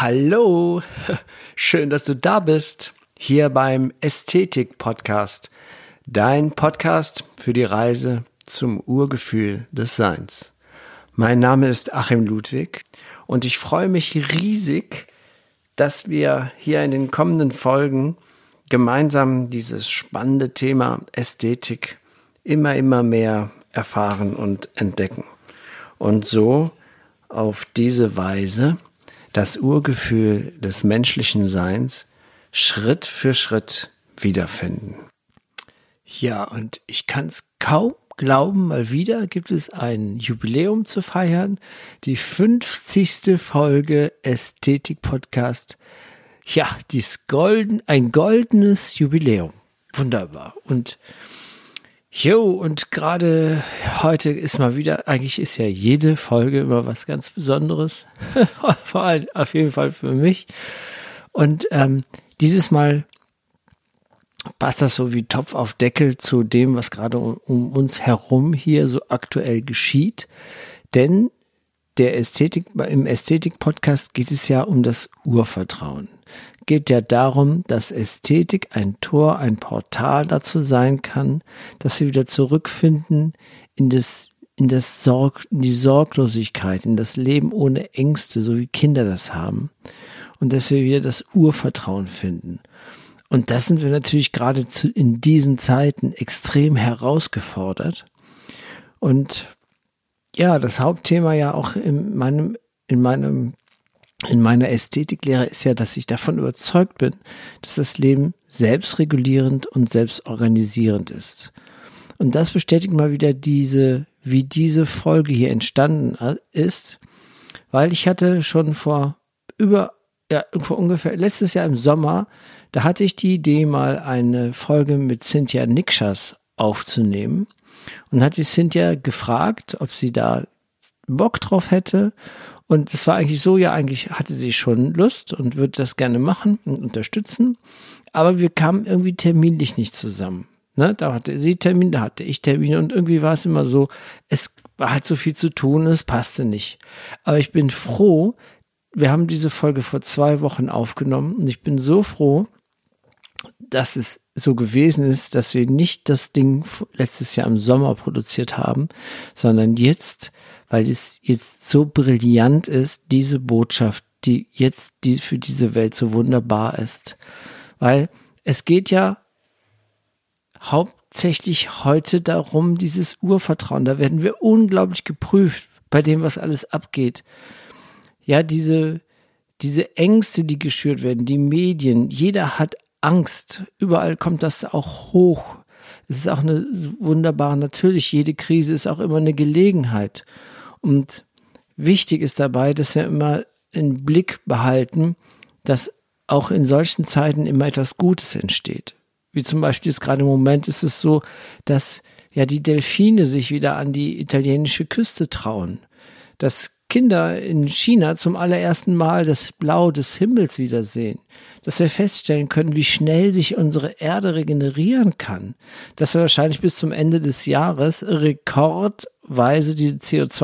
Hallo, schön, dass du da bist, hier beim Ästhetik-Podcast, dein Podcast für die Reise zum Urgefühl des Seins. Mein Name ist Achim Ludwig und ich freue mich riesig, dass wir hier in den kommenden Folgen gemeinsam dieses spannende Thema Ästhetik immer mehr erfahren und entdecken und so auf diese Weise das Urgefühl des menschlichen Seins Schritt für Schritt wiederfinden. Ja, und ich kann es kaum glauben, mal wieder gibt es ein Jubiläum zu feiern, die 50. Folge Ästhetik-Podcast. Ja, ein goldenes Jubiläum. Wunderbar. Und gerade heute ist mal wieder, eigentlich ist ja jede Folge immer was ganz Besonderes, vor allem auf jeden Fall für mich. Und dieses Mal passt das so wie Topf auf Deckel zu dem, was gerade um uns herum hier so aktuell geschieht. Denn im Ästhetik-Podcast geht es ja um das Urvertrauen. Geht ja darum, dass Ästhetik ein Tor, ein Portal dazu sein kann, dass wir wieder zurückfinden in die Sorglosigkeit, in das Leben ohne Ängste, so wie Kinder das haben. Und dass wir wieder das Urvertrauen finden. Und das sind wir natürlich gerade in diesen Zeiten extrem herausgefordert. Und ja, das Hauptthema ja auch in meiner Ästhetiklehre ist ja, dass ich davon überzeugt bin, dass das Leben selbstregulierend und selbstorganisierend ist. Und das bestätigt mal wieder wie diese Folge hier entstanden ist, weil ich hatte schon vor ungefähr letztes Jahr im Sommer, da hatte ich die Idee, mal eine Folge mit Cynthia Nikschas aufzunehmen und hat die Cynthia gefragt, ob sie da Bock drauf hätte. Und es war eigentlich so, ja, eigentlich hatte sie schon Lust und würde das gerne machen und unterstützen, aber wir kamen irgendwie terminlich nicht zusammen. Ne? Da hatte sie Termin, da hatte ich Termine und irgendwie war es immer so, es war halt so viel zu tun, es passte nicht. Aber ich bin froh, wir haben diese Folge vor 2 Wochen aufgenommen und ich bin so froh, dass es so gewesen ist, dass wir nicht das Ding letztes Jahr im Sommer produziert haben, sondern jetzt, weil es jetzt so brillant ist, diese Botschaft, die für diese Welt so wunderbar ist. Weil es geht ja hauptsächlich heute darum, dieses Urvertrauen, da werden wir unglaublich geprüft bei dem, was alles abgeht. Ja, diese Ängste, die geschürt werden, die Medien, jeder hat Angst. Überall kommt das auch hoch. Es ist auch eine wunderbare, natürlich, jede Krise ist auch immer eine Gelegenheit. Und wichtig ist dabei, dass wir immer im Blick behalten, dass auch in solchen Zeiten immer etwas Gutes entsteht. Wie zum Beispiel jetzt gerade im Moment ist es so, dass ja die Delfine sich wieder an die italienische Küste trauen. Dass Kinder in China zum allerersten Mal das Blau des Himmels wiedersehen, dass wir feststellen können, wie schnell sich unsere Erde regenerieren kann, dass wir wahrscheinlich bis zum Ende des Jahres rekordweise diese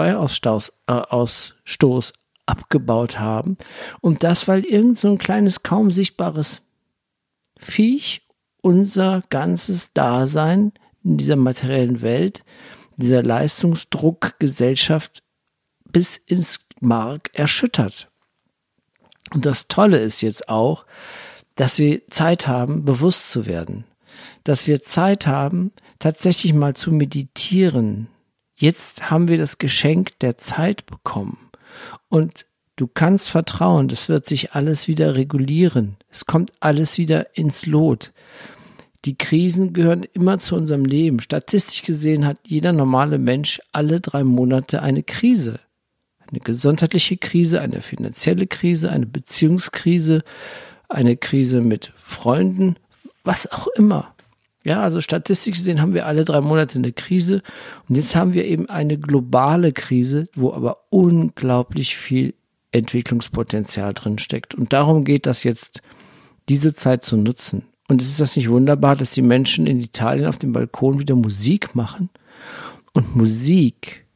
CO2-Ausstoß abgebaut haben und das, weil irgend so ein kleines, kaum sichtbares Viech unser ganzes Dasein in dieser materiellen Welt, dieser Leistungsdruckgesellschaft bis ins Mark erschüttert. Und das Tolle ist jetzt auch, dass wir Zeit haben, bewusst zu werden. Dass wir Zeit haben, tatsächlich mal zu meditieren. Jetzt haben wir das Geschenk der Zeit bekommen. Und du kannst vertrauen, das wird sich alles wieder regulieren. Es kommt alles wieder ins Lot. Die Krisen gehören immer zu unserem Leben. Statistisch gesehen hat jeder normale Mensch alle 3 Monate eine Krise. Eine gesundheitliche Krise, eine finanzielle Krise, eine Beziehungskrise, eine Krise mit Freunden, was auch immer. Ja, also statistisch gesehen haben wir alle 3 Monate eine Krise und jetzt haben wir eben eine globale Krise, wo aber unglaublich viel Entwicklungspotenzial drin steckt. Und darum geht das jetzt, diese Zeit zu nutzen. Und ist das nicht wunderbar, dass die Menschen in Italien auf dem Balkon wieder Musik machen? Und Musik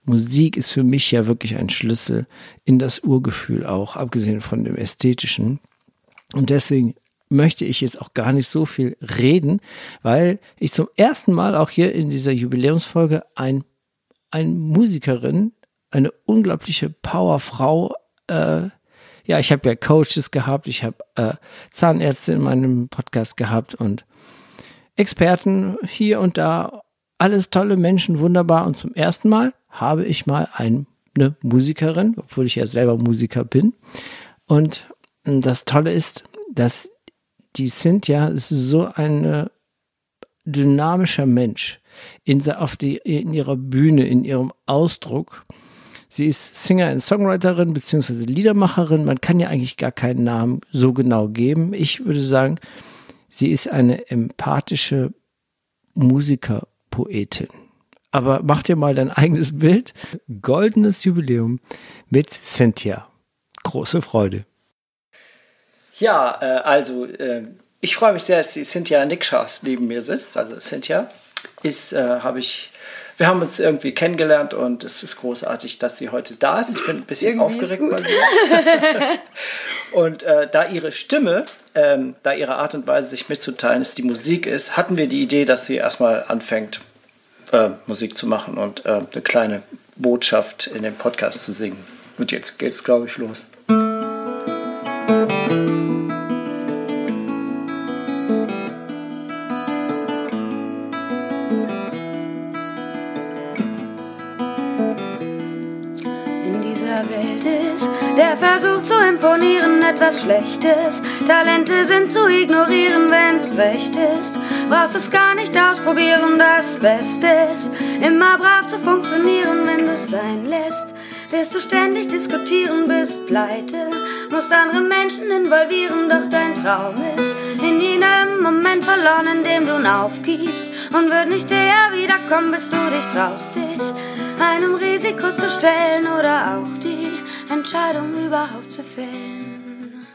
Musik ist für mich ja wirklich ein Schlüssel in das Urgefühl auch, abgesehen von dem Ästhetischen. Und deswegen möchte ich jetzt auch gar nicht so viel reden, weil ich zum ersten Mal auch hier in dieser Jubiläumsfolge eine Musikerin, eine unglaubliche Powerfrau, ich habe ja Coaches gehabt, ich habe Zahnärzte in meinem Podcast gehabt und Experten hier und da, alles tolle Menschen, wunderbar. Und zum ersten Mal habe ich mal eine Musikerin, obwohl ich ja selber Musiker bin. Und das Tolle ist, dass die Cynthia ist so ein dynamischer Mensch in ihrer Bühne, in ihrem Ausdruck. Sie ist Singer- und Songwriterin beziehungsweise Liedermacherin. Man kann ja eigentlich gar keinen Namen so genau geben. Ich würde sagen, sie ist eine empathische Musikerpoetin. Aber mach dir mal dein eigenes Bild. Goldenes Jubiläum mit Cynthia. Große Freude. Ja, ich freue mich sehr, dass die Cynthia Nikschas neben mir sitzt. Also Cynthia wir haben uns irgendwie kennengelernt und es ist großartig, dass sie heute da ist. Ich bin ein bisschen aufgeregt bei mir. Und da ihre Stimme, da ihre Art und Weise, sich mitzuteilen, es die Musik ist, hatten wir die Idee, dass sie erstmal anfängt, Musik zu machen und eine kleine Botschaft in dem Podcast zu singen. Und jetzt geht's, glaube ich, los. Der Versuch zu imponieren etwas Schlechtes. Talente sind zu ignorieren, wenn's recht ist. Brauchst es gar nicht ausprobieren, das Beste ist immer brav zu funktionieren, wenn du's sein lässt. Wirst du ständig diskutieren, bist pleite. Musst andere Menschen involvieren, doch dein Traum ist in jenem Moment verloren, in dem du ihn aufgibst. Und wird nicht eher wiederkommen, bis du dich traust, dich einem Risiko zu stellen oder auch die Entscheidung überhaupt zu fällen.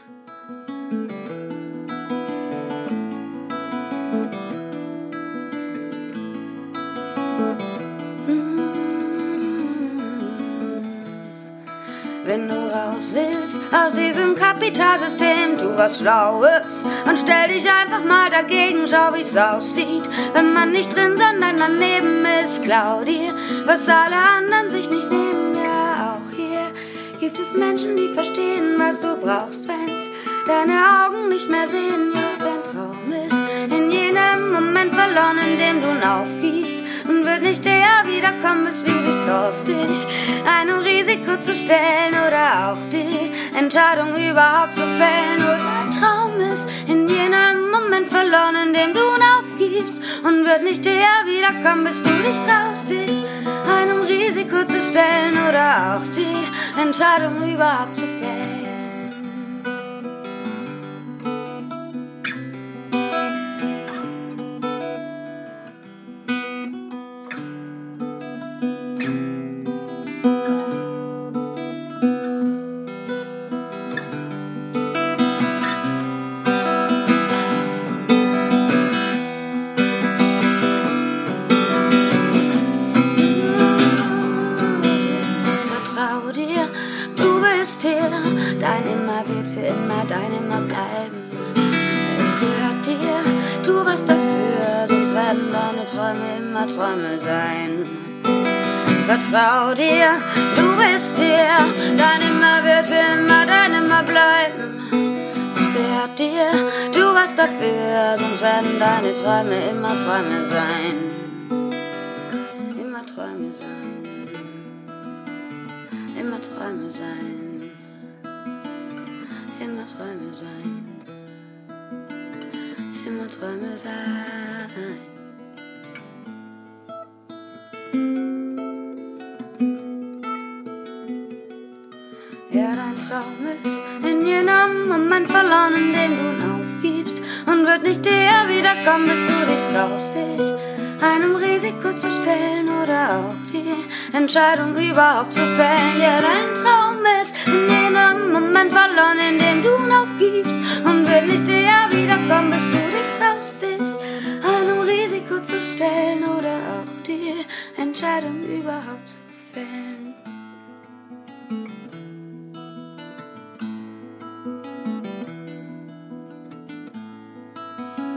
Wenn du raus willst aus diesem Kapitalsystem, tu was Schlaues und stell dich einfach mal dagegen, schau wie's aussieht, wenn man nicht drin, sondern daneben ist. Klau dir, was alle anderen sich nicht nehmen, ja auch hier gibt es Menschen, die verstehen, was du brauchst, wenn's deine Augen nicht mehr sehen. Ja, dein Traum ist in jenem Moment verloren, in dem du ihn aufgibst und wird nicht eher wiederkommen, bis du dich traust, dich einem Risiko zu stellen oder auch die Entscheidung überhaupt zu fällen. Und dein Traum ist in jenem Moment verloren, in dem du ihn aufgibst und wird nicht eher wiederkommen, bis du dich traust, dich einem Risiko zu stellen oder auch die Entscheidung überhaupt zu fällen. Dein Immer wird für immer dein Immer bleiben. Es gehört dir, tu was dafür, sonst werden deine Träume immer Träume sein. Vertrau dir, du bist hier, dein Immer wird für immer dein Immer bleiben. Es gehört dir, tu was dafür, sonst werden deine Träume immer Träume sein. Immer Träume sein. Immer Träume sein. Immer Träume sein, immer Träume sein. Ja, dein Traum ist in jenem Moment verloren, in dem du ihn aufgibst und wird nicht eher wiederkommen, bis du dich traust, dich einem Risiko zu stellen oder auch die Entscheidung überhaupt zu fällen. Ja, dein Traum ist in jenem Moment verloren, in dem du ihn aufgibst und wird nicht eher wiederkommen, bis du dich traust, dich einem Risiko zu stellen oder auch die Entscheidung überhaupt zu fällen.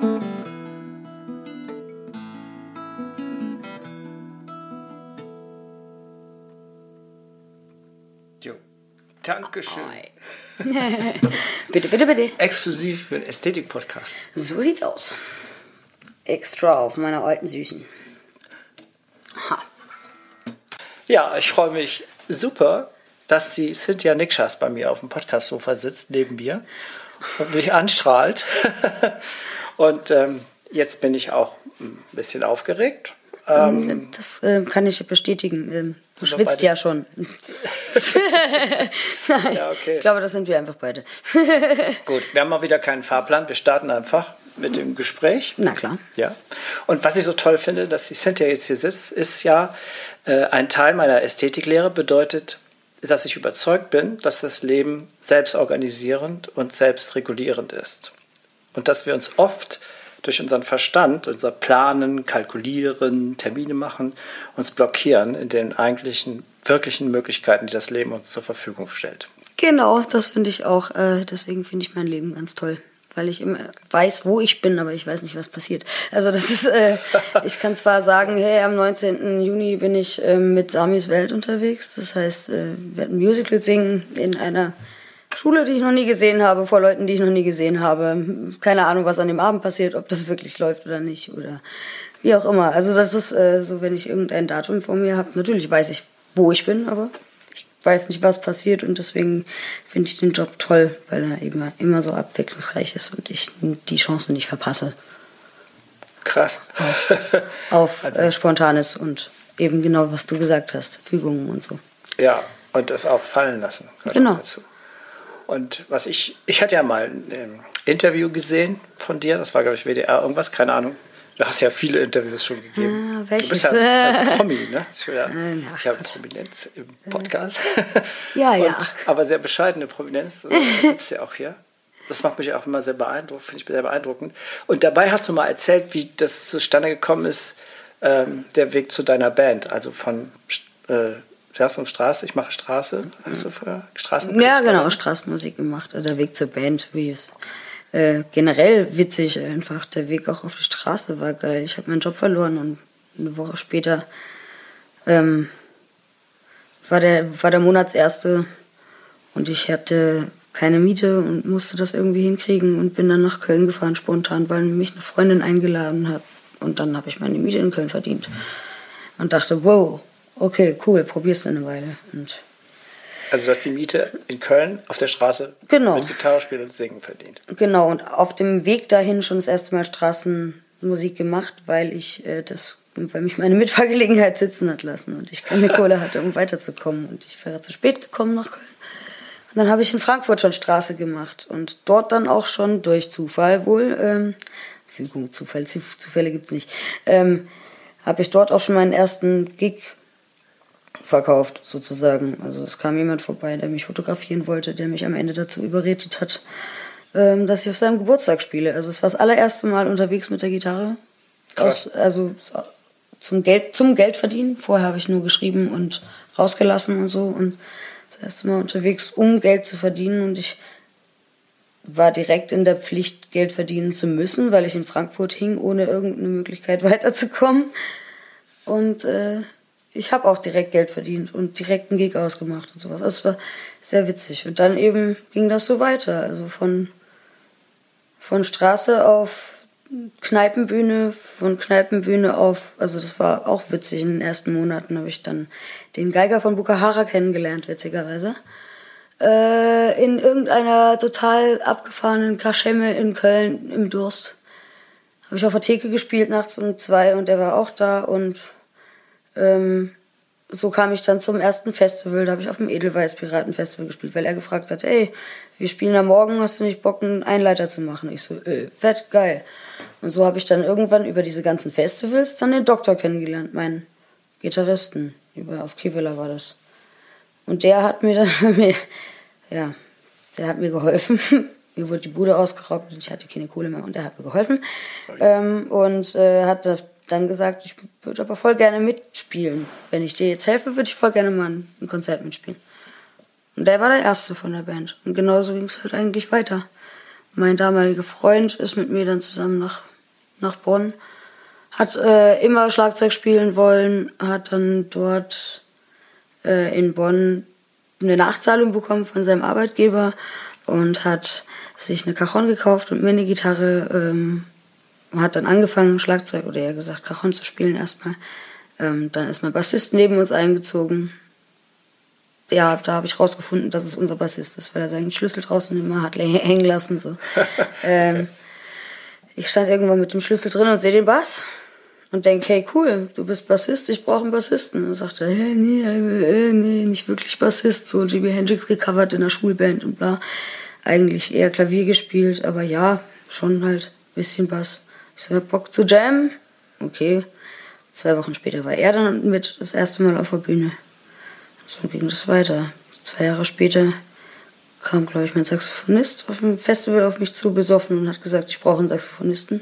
Jo. Dankeschön. Bitte, bitte, bitte. Exklusiv für den Ästhetik-Podcast. So sieht's aus. Extra auf meiner alten Süßen. Ha. Ja, ich freue mich super, dass die Cynthia Nikschas bei mir auf dem Podcast-Sofa sitzt, neben mir und mich anstrahlt. Und jetzt bin ich auch ein bisschen aufgeregt. Das kann ich bestätigen. Du schwitzt ja schon. Nein, Ja, okay. ich glaube, das sind wir einfach beide. Gut, wir haben mal wieder keinen Fahrplan. Wir starten einfach mit dem Gespräch. Na klar. Ja. Und was ich so toll finde, dass die Cynthia jetzt hier sitzt, ist ja, ein Teil meiner Ästhetiklehre bedeutet, dass ich überzeugt bin, dass das Leben selbstorganisierend und selbstregulierend ist. Und dass wir uns oft durch unseren Verstand, unser Planen, Kalkulieren, Termine machen, uns blockieren in den eigentlichen, wirklichen Möglichkeiten, die das Leben uns zur Verfügung stellt. Genau, das finde ich auch. Deswegen finde ich mein Leben ganz toll. Weil ich immer weiß, wo ich bin, aber ich weiß nicht, was passiert. Also das ist, ich kann zwar sagen, hey, am 19. Juni bin ich mit Samis Welt unterwegs. Das heißt, wir werden ein Musical singen in einer Schule, die ich noch nie gesehen habe, vor Leuten, die ich noch nie gesehen habe. Keine Ahnung, was an dem Abend passiert, ob das wirklich läuft oder nicht oder wie auch immer. Also das ist so, wenn ich irgendein Datum vor mir habe, natürlich weiß ich, wo ich bin, aber ich weiß nicht, was passiert und deswegen finde ich den Job toll, weil er eben immer so abwechslungsreich ist und ich die Chancen nicht verpasse. Krass. Auf Spontanes und eben genau, was du gesagt hast, Fügungen und so. Ja, und das auch fallen lassen. Genau. Dazu. Und was ich hatte ja mal ein Interview gesehen von dir, das war, glaube ich, WDR, irgendwas, keine Ahnung. Du hast ja viele Interviews schon gegeben. Welches? Du bist ja ein Promi, ne? Ich habe Prominenz im Podcast. Ja, ja. Aber sehr bescheidene Prominenz, das sitzt ja auch hier. Das macht mich auch immer sehr beeindruckend, finde ich sehr beeindruckend. Und dabei hast du mal erzählt, wie das zustande gekommen ist, der Weg zu deiner Band, also von Straße, ich mache Straße, hast du für Straßen? Ja, genau, Straßenmusik gemacht. Der Weg zur Band, wie es generell witzig einfach. Der Weg auch auf die Straße war geil. Ich habe meinen Job verloren und eine Woche später war der Monatserste und ich hatte keine Miete und musste das irgendwie hinkriegen und bin dann nach Köln gefahren spontan, weil mich eine Freundin eingeladen hat. Und dann habe ich meine Miete in Köln verdient und dachte, wow, okay, cool, probier's eine Weile. Und also du hast die Miete in Köln auf der Straße genau. mit Gitarre spielen und Singen verdient. Genau, und auf dem Weg dahin schon das erste Mal Straßenmusik gemacht, weil mich meine Mitfahrgelegenheit sitzen hat lassen und ich keine Kohle hatte, um weiterzukommen. Und ich wäre zu spät gekommen nach Köln. Und dann habe ich in Frankfurt schon Straße gemacht und dort dann auch schon durch Zufall wohl, Fügung, Zufälle gibt's nicht, habe ich dort auch schon meinen ersten Gig verkauft, sozusagen. Also es kam jemand vorbei, der mich fotografieren wollte, der mich am Ende dazu überredet hat, dass ich auf seinem Geburtstag spiele. Also es war das allererste Mal unterwegs mit der Gitarre. Also zum Geld verdienen. Vorher habe ich nur geschrieben und rausgelassen und so. Und das erste Mal unterwegs, um Geld zu verdienen. Und ich war direkt in der Pflicht, Geld verdienen zu müssen, weil ich in Frankfurt hing, ohne irgendeine Möglichkeit weiterzukommen. Und ich habe auch direkt Geld verdient und direkt einen Gig ausgemacht und sowas. Also es war sehr witzig. Und dann eben ging das so weiter. Also von Straße auf Kneipenbühne, von Kneipenbühne auf, also das war auch witzig. In den ersten Monaten habe ich dann den Geiger von Bukahara kennengelernt, witzigerweise. In irgendeiner total abgefahrenen Kaschemme in Köln im Durst. Habe ich auf der Theke gespielt nachts um 2 und der war auch da und so kam ich dann zum ersten Festival, da habe ich auf dem Edelweiß Piratenfestival gespielt, weil er gefragt hat, ey, wir spielen da morgen, hast du nicht Bock, einen Einleiter zu machen? Ich so, fett, geil. Und so habe ich dann irgendwann über diese ganzen Festivals dann den Doktor kennengelernt, meinen Gitarristen, auf Kivela war das. Und der hat mir dann, der hat mir geholfen. Mir wurde die Bude ausgeraubt und ich hatte keine Kohle mehr und er hat mir geholfen. Und hat dann gesagt, ich würde aber voll gerne mitspielen. Wenn ich dir jetzt helfe, würde ich voll gerne mal ein Konzert mitspielen. Und der war der Erste von der Band. Und genauso ging es halt eigentlich weiter. Mein damaliger Freund ist mit mir dann zusammen nach nach Bonn. Hat immer Schlagzeug spielen wollen, hat dann dort in Bonn eine Nachzahlung bekommen von seinem Arbeitgeber und hat sich eine Cajon gekauft und mir eine Gitarre, hat dann angefangen, Schlagzeug oder eher gesagt Cajon zu spielen erstmal. Dann ist mein Bassist neben uns eingezogen. Ja, da habe ich rausgefunden, dass es unser Bassist ist, weil er seinen Schlüssel draußen immer hat hängen lassen. So. Ich stand irgendwann mit dem Schlüssel drin und sehe den Bass und denke, hey cool, du bist Bassist, ich brauche einen Bassisten. Und sagte, hey, nee, nicht wirklich Bassist, so Jimi Hendrix gecovert in der Schulband und bla. Eigentlich eher Klavier gespielt, aber ja, schon halt ein bisschen Bass. Ich so, hab Bock zu jammen? Okay. 2 Wochen später war er dann mit das erste Mal auf der Bühne. So ging das weiter. 2 Jahre später kam, glaube ich, mein Saxophonist auf dem Festival auf mich zu, besoffen und hat gesagt, ich brauche einen Saxophonisten.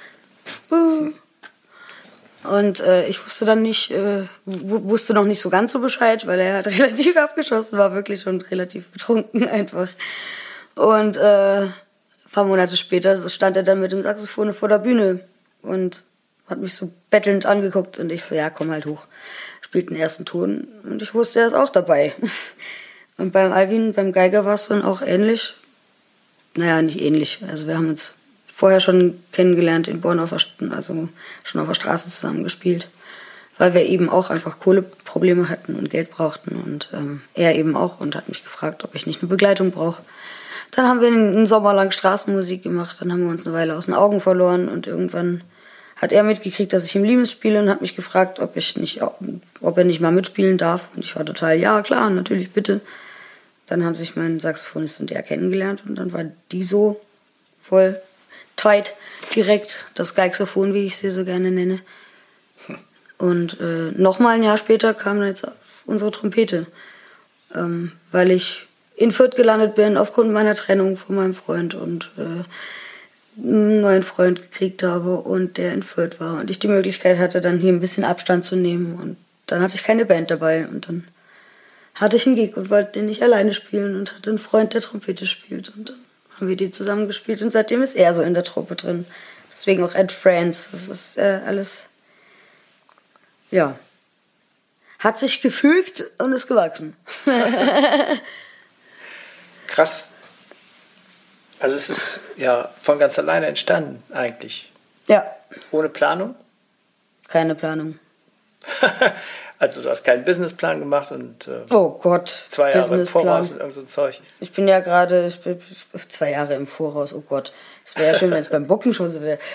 Und ich wusste dann nicht, wusste noch nicht so ganz so Bescheid, weil er halt relativ abgeschossen war, wirklich schon relativ betrunken einfach. Und ein paar Monate später stand er dann mit dem Saxophon vor der Bühne und hat mich so bettelnd angeguckt und ich so, ja, komm halt hoch. Spielt den ersten Ton und ich wusste, er ist auch dabei. Und beim Alvin, beim Geiger war es dann auch ähnlich. Naja, nicht ähnlich. Also wir haben uns vorher schon kennengelernt in Bonn, also schon auf der Straße zusammen gespielt. Weil wir eben auch einfach Kohleprobleme hatten und Geld brauchten und er eben auch und hat mich gefragt, ob ich nicht eine Begleitung brauche. Dann haben wir einen Sommer lang Straßenmusik gemacht, dann haben wir uns eine Weile aus den Augen verloren und irgendwann hat er mitgekriegt, dass ich im Limes spiele und hat mich gefragt, ob er nicht mal mitspielen darf. Und ich war total, ja klar, natürlich, bitte. Dann haben sich mein Saxophonist und er kennengelernt und dann war die so voll tight, direkt, das Geigsophon, wie ich sie so gerne nenne. Und nochmal ein Jahr später kam dann jetzt unsere Trompete, weil ich in Fürth gelandet bin aufgrund meiner Trennung von meinem Freund und einen neuen Freund gekriegt habe und der in Fürth war und ich die Möglichkeit hatte, dann hier ein bisschen Abstand zu nehmen und dann hatte ich keine Band dabei und dann hatte ich einen Gig und wollte den nicht alleine spielen und hatte einen Freund, der Trompete spielt und dann haben wir die zusammen gespielt und seitdem ist er so in der Truppe drin. Deswegen auch Ed Friends. Das ist alles, ja, hat sich gefügt und ist gewachsen. Krass. Also es ist ja von ganz alleine entstanden eigentlich. Ja. Ohne Planung? Keine Planung. Also du hast keinen Businessplan gemacht und oh Gott, 2 Jahre im Voraus und irgend so ein Zeug. Ich bin ja gerade 2 Jahre im Voraus, oh Gott. Es wäre ja schön, wenn es beim Bucken schon so wäre.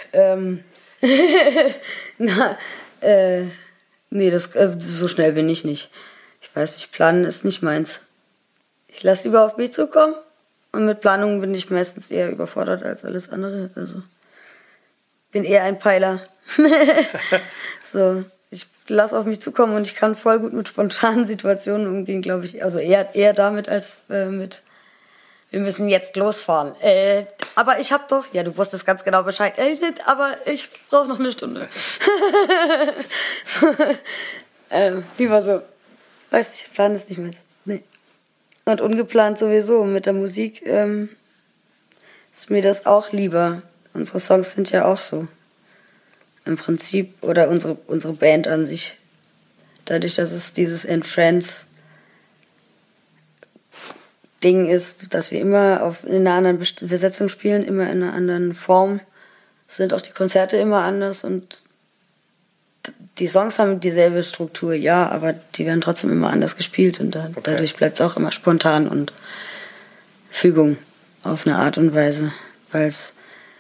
Nee, so schnell bin ich nicht. Ich weiß nicht, planen ist nicht meins. Ich lasse lieber auf mich zukommen. Und mit Planungen bin ich meistens eher überfordert als alles andere. Also bin eher ein Peiler. So, ich lasse auf mich zukommen und ich kann voll gut mit spontanen Situationen umgehen, glaube ich. Also eher damit als mit, wir müssen jetzt losfahren. Aber ich habe doch, ja, du wusstest ganz genau Bescheid, aber ich brauche noch eine Stunde. So, lieber so, weißt du, ich plane es nicht mehr. Nee. Und ungeplant sowieso. Mit der Musik ist mir das auch lieber. Unsere Songs sind ja auch so. Im Prinzip, oder unsere Band an sich. Dadurch, dass es dieses Ed Friends Ding ist, dass wir immer in einer anderen Besetzung spielen, immer in einer anderen Form, sind auch die Konzerte immer anders und die Songs haben dieselbe Struktur, ja, aber die werden trotzdem immer anders gespielt und dadurch bleibt es auch immer spontan und Fügung auf eine Art und Weise, weil es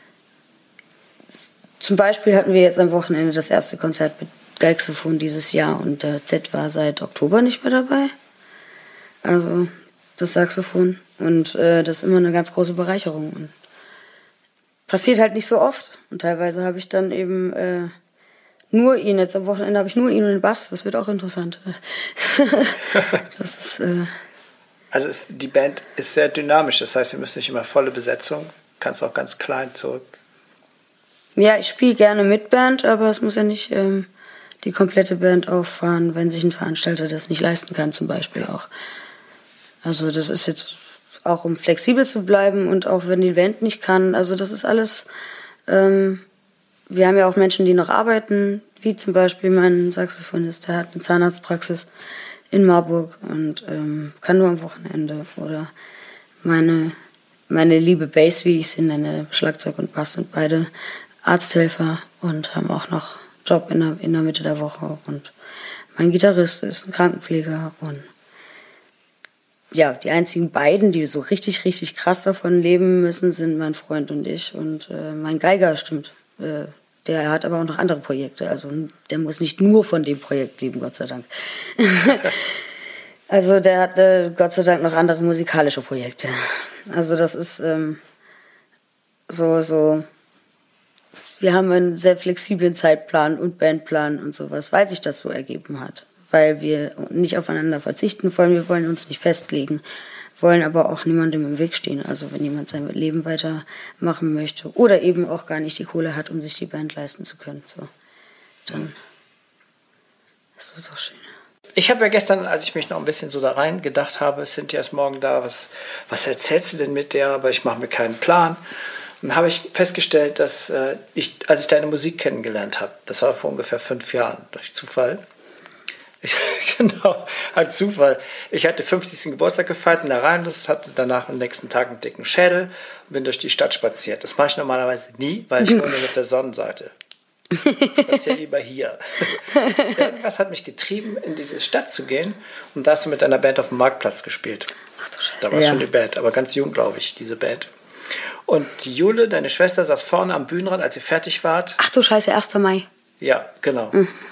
zum Beispiel hatten wir jetzt am Wochenende das erste Konzert mit Geigssophon dieses Jahr und der Z war seit Oktober nicht mehr dabei, also das Saxophon und das ist immer eine ganz große Bereicherung und passiert halt nicht so oft und teilweise habe ich dann eben nur ihn, jetzt am Wochenende habe ich nur ihn und den Bass, das wird auch interessant. Das ist, also die Band ist sehr dynamisch, das heißt, ihr müsst nicht immer volle Besetzung, kannst auch ganz klein zurück. Ja, ich spiele gerne mit Band, aber es muss ja nicht die komplette Band auffahren, wenn sich ein Veranstalter das nicht leisten kann, zum Beispiel auch. Also das ist jetzt auch, um flexibel zu bleiben und auch wenn die Band nicht kann, also das ist alles... wir haben ja auch Menschen, die noch arbeiten, wie zum Beispiel mein Saxophonist, der hat eine Zahnarztpraxis in Marburg und kann nur am Wochenende. Oder meine liebe Bass, wie ich sie nenne, Schlagzeug und Bass, sind beide Arzthelfer und haben auch noch Job in der Mitte der Woche. Und mein Gitarrist ist ein Krankenpfleger. Und ja, die einzigen beiden, die so richtig, richtig krass davon leben müssen, sind mein Freund und ich. Und mein Geiger, stimmt. Der hat aber auch noch andere Projekte. Also der muss nicht nur von dem Projekt leben, Gott sei Dank. Also der hat Gott sei Dank noch andere musikalische Projekte. Also das ist so. Wir haben einen sehr flexiblen Zeitplan und Bandplan und sowas, weil sich das so ergeben hat. Weil wir nicht aufeinander verzichten wollen, wir wollen uns nicht festlegen, wollen aber auch niemandem im Weg stehen. Also wenn jemand sein Leben weitermachen möchte oder eben auch gar nicht die Kohle hat, um sich die Band leisten zu können, so, dann ist das doch schön. Ich habe ja gestern, als ich mich noch ein bisschen so da rein gedacht habe, Cynthia ist morgen da, was erzählst du denn mit der? Aber ich mache mir keinen Plan. Und dann habe ich festgestellt, dass als ich deine Musik kennengelernt habe, das war vor ungefähr 5 Jahren, durch Zufall. Genau, als Zufall. Ich hatte 50. Geburtstag gefeiert in der Rheinlust, hatte danach am nächsten Tag einen dicken Schädel und bin durch die Stadt spaziert. Das mache ich normalerweise nie, weil ich wohne auf der Sonnenseite. Ich spaziere lieber hier. Irgendwas hat mich getrieben, in diese Stadt zu gehen. Und da hast du mit deiner Band auf dem Marktplatz gespielt. Ach du Scheiße. Da war schon die Band, aber ganz jung, glaube ich, diese Band. Und die Jule, deine Schwester, saß vorne am Bühnenrand, als ihr fertig wart. Ach du Scheiße, 1. Mai. Ja, genau.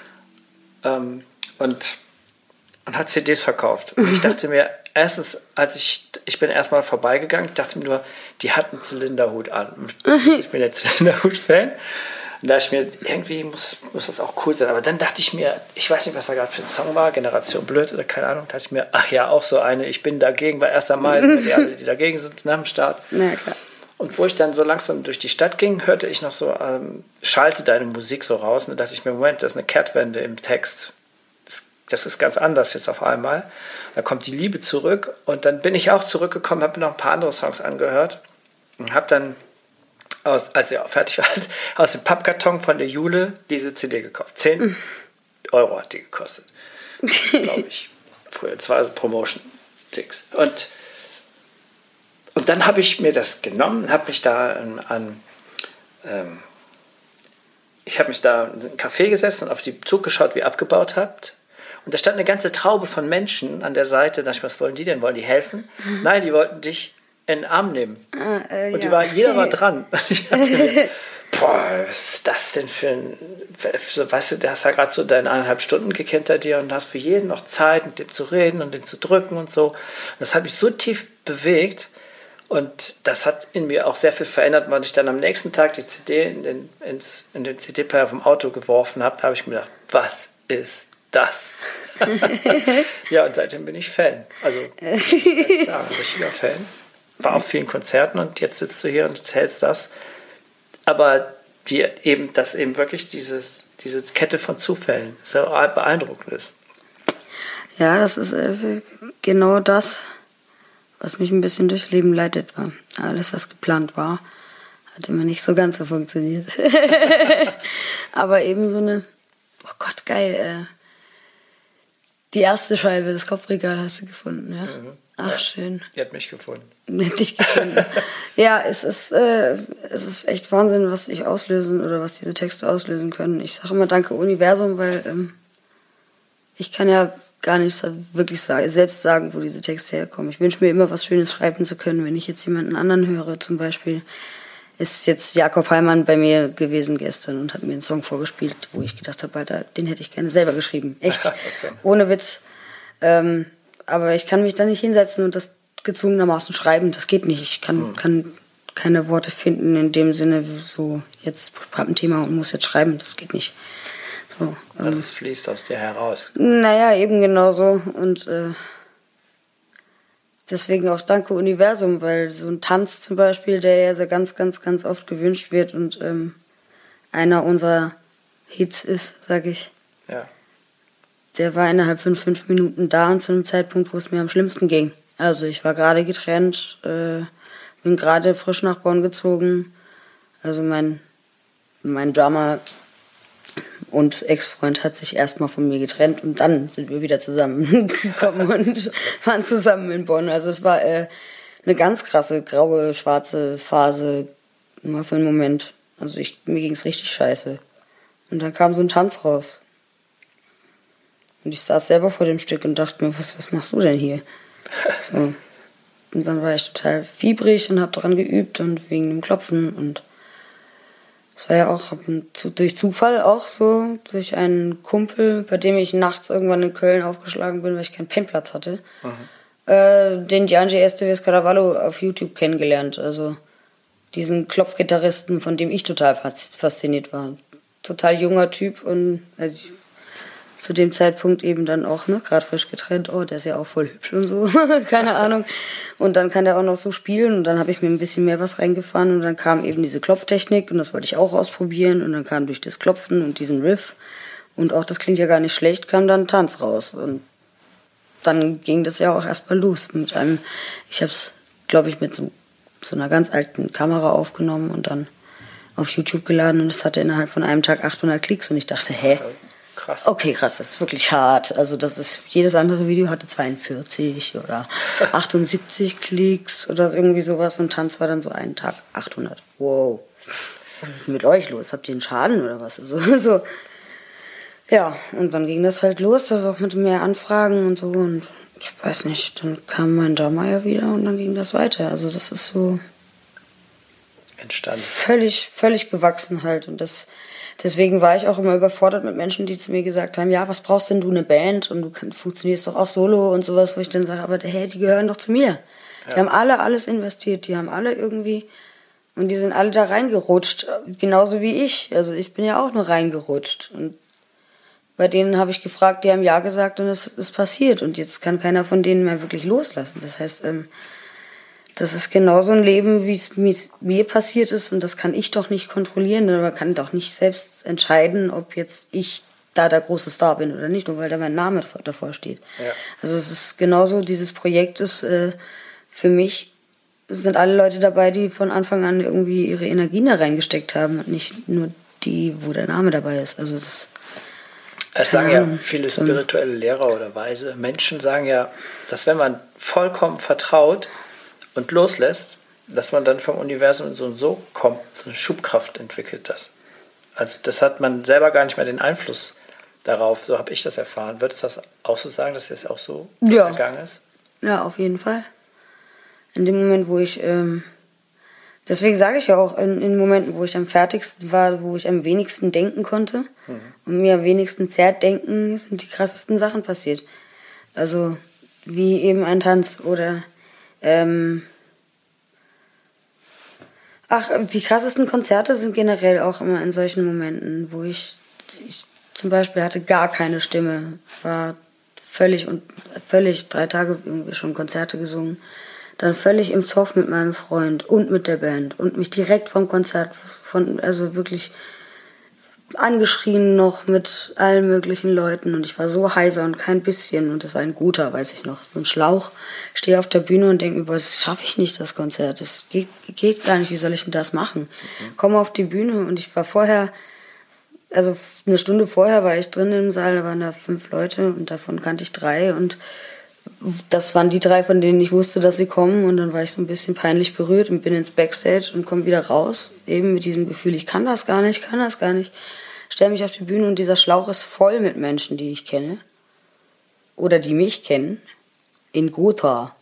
Und hat CDs verkauft. Und ich dachte mir, erstens, ich bin erstmal vorbeigegangen, ich dachte mir nur, die hat einen Zylinderhut an. Ich bin der Zylinderhut-Fan. Und da ich mir, irgendwie muss das auch cool sein. Aber dann dachte ich mir, ich weiß nicht, was da gerade für ein Song war, Generation Blöd oder keine Ahnung, dachte ich mir, ach ja, auch so eine, ich bin dagegen, weil 1. Mai sind die alle, die dagegen sind, nach dem Start. Na klar. Und wo ich dann so langsam durch die Stadt ging, hörte ich noch so, schalte deine Musik so raus. Und da dachte ich mir, Moment, das ist eine Kehrtwende im Text. Das ist ganz anders jetzt auf einmal. Da kommt die Liebe zurück. Und dann bin ich auch zurückgekommen, habe mir noch ein paar andere Songs angehört. Und habe dann, als sie auch fertig war, aus dem Pappkarton von der Jule diese CD gekauft. 10 Euro hat die gekostet, glaube ich. Früher, das war Promotion-Dings. Und dann habe ich mir das genommen, habe mich da ich habe mich da in einen Café gesetzt und auf die Zug geschaut, wie ihr abgebaut habt. Und da stand eine ganze Traube von Menschen an der Seite. Da dachte ich, was wollen die denn? Wollen die helfen? Nein, die wollten dich in den Arm nehmen. Und jeder war dran. Und ich dachte mir, boah, was ist das denn für ein... Weißt du, du hast da gerade so deine 1,5 Stunden hinter dir und hast für jeden noch Zeit, mit dem zu reden und den zu drücken und so. Und das hat mich so tief bewegt. Und das hat in mir auch sehr viel verändert, weil ich dann am nächsten Tag die CD in den CD-Player vom Auto geworfen habe. Da habe ich mir gedacht, was ist das? Ja, und seitdem bin ich Fan. Also, ich kann sagen, richtiger Fan. War auf vielen Konzerten und jetzt sitzt du hier und erzählst das. Aber dass eben wirklich diese Kette von Zufällen so beeindruckend ist. Ja, das ist genau das, was mich ein bisschen durchs Leben leitet war. Alles, was geplant war, hat immer nicht so ganz so funktioniert. Aber eben so eine, oh Gott, geil, die erste Scheibe, das Kopfregal hast du gefunden, ja? Ach, schön. Die hat mich gefunden. Dich gefunden. Ja, es ist echt Wahnsinn, was ich auslösen oder was diese Texte auslösen können. Ich sage immer danke Universum, weil ich kann ja gar nicht wirklich selbst sagen, wo diese Texte herkommen. Ich wünsche mir immer, was Schönes schreiben zu können. Wenn ich jetzt jemanden anderen höre, zum Beispiel, ist jetzt Jakob Heimann bei mir gewesen gestern und hat mir einen Song vorgespielt, wo ich gedacht habe, Alter, den hätte ich gerne selber geschrieben. Echt, okay. Ohne Witz. Aber ich kann mich da nicht hinsetzen und das gezwungenermaßen schreiben. Das geht nicht. Ich kann keine Worte finden in dem Sinne, so, jetzt habe ein Thema und muss jetzt schreiben. Das geht nicht. So, das fließt aus dir heraus. Naja, eben genauso. Und deswegen auch danke Universum, weil so ein Tanz zum Beispiel, der ja so ganz, ganz, ganz oft gewünscht wird und einer unserer Hits ist, sag ich. Ja. Der war innerhalb von 5 Minuten da und zu einem Zeitpunkt, wo es mir am schlimmsten ging. Also ich war gerade getrennt, bin gerade frisch nach Bonn gezogen. Also mein mein Drummer und Ex-Freund hat sich erstmal von mir getrennt und dann sind wir wieder zusammengekommen und waren zusammen in Bonn. Also es war eine ganz krasse, graue, schwarze Phase, immer für einen Moment. Also mir ging es richtig scheiße. Und dann kam so ein Tanz raus. Und ich saß selber vor dem Stück und dachte mir, was machst du denn hier? So. Und dann war ich total fiebrig und habe daran geübt und wegen dem Klopfen. Und es war ja auch durch Zufall auch so, durch einen Kumpel, bei dem ich nachts irgendwann in Köln aufgeschlagen bin, weil ich keinen Pennplatz hatte, den Gianni Esteves Caravallo auf YouTube kennengelernt. Also diesen Klopfgitarristen, von dem ich total fasziniert war. Total junger Typ und zu dem Zeitpunkt eben dann auch, gerade frisch getrennt, der ist ja auch voll hübsch und so, keine Ahnung. Und dann kann der auch noch so spielen und dann habe ich mir ein bisschen mehr was reingefahren und dann kam eben diese Klopftechnik und das wollte ich auch ausprobieren und dann kam durch das Klopfen und diesen Riff und auch das klingt ja gar nicht schlecht, kam dann Tanz raus und dann ging das ja auch erstmal los mit ich habe es, glaube ich, mit so einer ganz alten Kamera aufgenommen und dann auf YouTube geladen und es hatte innerhalb von einem Tag 800 Klicks und ich dachte, krass. Okay, krass, das ist wirklich hart. Also jedes andere Video hatte 42 oder 78 Klicks oder irgendwie sowas und Tanz war dann so einen Tag 800. Wow. Was ist mit euch los? Habt ihr einen Schaden oder was? Also, ja, und dann ging das halt los, das auch mit mehr Anfragen und so und ich weiß nicht, dann kam mein Drummer ja wieder und dann ging das weiter. Also das ist so entstanden. Völlig gewachsen halt und deswegen war ich auch immer überfordert mit Menschen, die zu mir gesagt haben, ja, was brauchst denn du, eine Band und du funktionierst doch auch solo und sowas, wo ich dann sage, aber hey, die gehören doch zu mir. Ja. Die haben alle alles investiert, die haben alle irgendwie und die sind alle da reingerutscht, genauso wie ich. Also ich bin ja auch nur reingerutscht und bei denen habe ich gefragt, die haben ja gesagt und es ist passiert und jetzt kann keiner von denen mehr wirklich loslassen. Das heißt, das ist genauso ein Leben, wie es mir passiert ist und das kann ich doch nicht kontrollieren oder kann doch nicht selbst entscheiden, ob jetzt ich da der große Star bin oder nicht, nur weil da mein Name davor steht. Ja. Also es ist genauso, dieses Projekt ist für mich, es sind alle Leute dabei, die von Anfang an irgendwie ihre Energien da reingesteckt haben und nicht nur die, wo der Name dabei ist. Also es sagen ja viele spirituelle Lehrer oder weise Menschen sagen ja, dass wenn man vollkommen vertraut und loslässt, dass man dann vom Universum so kommt, so eine Schubkraft entwickelt das. Also das hat man selber gar nicht mehr den Einfluss darauf, so habe ich das erfahren. Würdest du das auch so sagen, dass das auch so gegangen ist? Ja, auf jeden Fall. In dem Moment, wo ich, deswegen sage ich ja auch, in Momenten, wo ich am fertigsten war, wo ich am wenigsten denken konnte und mir am wenigsten zerdenken, sind die krassesten Sachen passiert. Also wie eben ein Tanz oder die krassesten Konzerte sind generell auch immer in solchen Momenten, wo ich zum Beispiel hatte gar keine Stimme, war völlig 3 Tage irgendwie schon Konzerte gesungen, dann völlig im Zoff mit meinem Freund und mit der Band und mich direkt vom Konzert also wirklich angeschrien noch mit allen möglichen Leuten und ich war so heiser und kein bisschen und das war ein guter, weiß ich noch, so ein Schlauch, stehe auf der Bühne und denke mir, boah, das schaffe ich nicht, das Konzert, das geht gar nicht, wie soll ich denn das machen? Komme auf die Bühne und ich war vorher, also eine Stunde vorher war ich drin im Saal, da waren da 5 Leute und davon kannte ich 3 und das waren die 3, von denen ich wusste, dass sie kommen und dann war ich so ein bisschen peinlich berührt und bin ins Backstage und komme wieder raus, eben mit diesem Gefühl, ich kann das gar nicht, stelle mich auf die Bühne und dieser Schlauch ist voll mit Menschen, die ich kenne oder die mich kennen, in Gotha.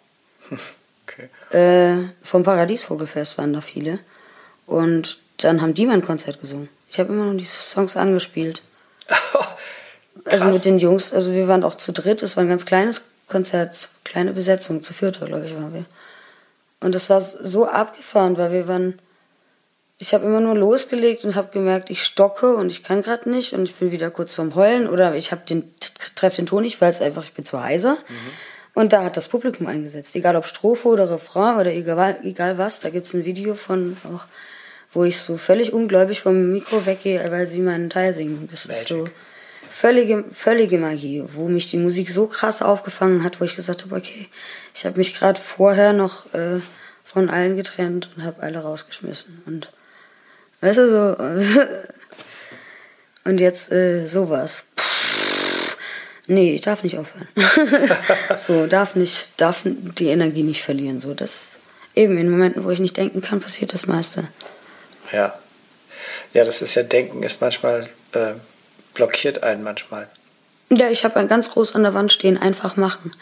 Okay. Vom Paradiesvogelfest waren da viele und dann haben die mein Konzert gesungen. Ich habe immer noch die Songs angespielt. Also mit den Jungs, also wir waren auch zu dritt, es war ein ganz kleines Konzert, kleine Besetzung, zu 4, glaube ich, waren wir. Und das war so abgefahren, weil ich habe immer nur losgelegt und habe gemerkt, ich stocke und ich kann gerade nicht und ich bin wieder kurz zum Heulen oder ich treffe den Ton nicht, weil ich bin zu heiser. Und da hat das Publikum eingesetzt, egal ob Strophe oder Refrain oder egal was, da gibt es ein Video von auch, wo ich so völlig ungläubig vom Mikro weggehe, weil sie meinen Teil singen. Das ist so völlige Magie, wo mich die Musik so krass aufgefangen hat, wo ich gesagt habe, okay, ich habe mich gerade vorher noch von allen getrennt und habe alle rausgeschmissen. Und Weißt du, so. Und jetzt sowas. Nee, ich darf nicht aufhören. So, darf die Energie nicht verlieren. So, das eben in Momenten, wo ich nicht denken kann, passiert das meiste. Ja. Ja, das ist ja, Denken ist manchmal, blockiert einen manchmal. Ja, ich habe ganz groß an der Wand stehen, einfach machen.